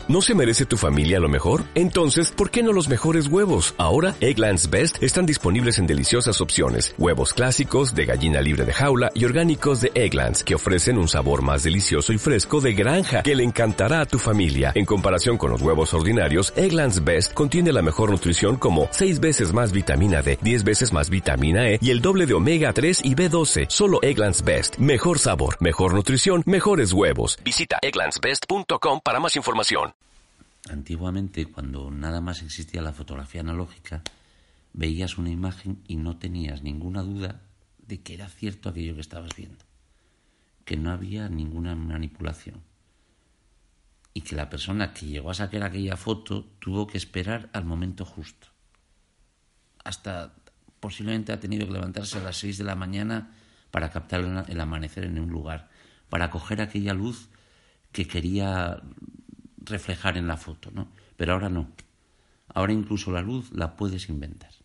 ¿No se merece tu familia lo mejor? Entonces, ¿por qué no los mejores huevos? Ahora, Eggland's Best están disponibles en deliciosas opciones. Huevos clásicos, de gallina libre de jaula y orgánicos de Eggland's, que ofrecen un sabor más delicioso y fresco de granja, que le encantará a tu familia. En comparación con los huevos ordinarios, Eggland's Best contiene la mejor nutrición como 6 veces más vitamina D, 10 veces más vitamina E y el doble de omega 3 y B12. Solo Eggland's Best. Mejor sabor, mejor nutrición, mejores huevos. Visita egglandsbest.com para más información. Antiguamente, cuando nada más existía la fotografía analógica, veías una imagen y no tenías ninguna duda de que era cierto aquello que estabas viendo, que no había ninguna manipulación y que la persona que llegó a sacar aquella foto tuvo que esperar al momento justo. Hasta posiblemente ha tenido que levantarse a las 6 de la mañana para captar el amanecer en un lugar, para coger aquella luz que quería reflejar en la foto, ¿no? Pero ahora no. Ahora incluso la luz la puedes inventar.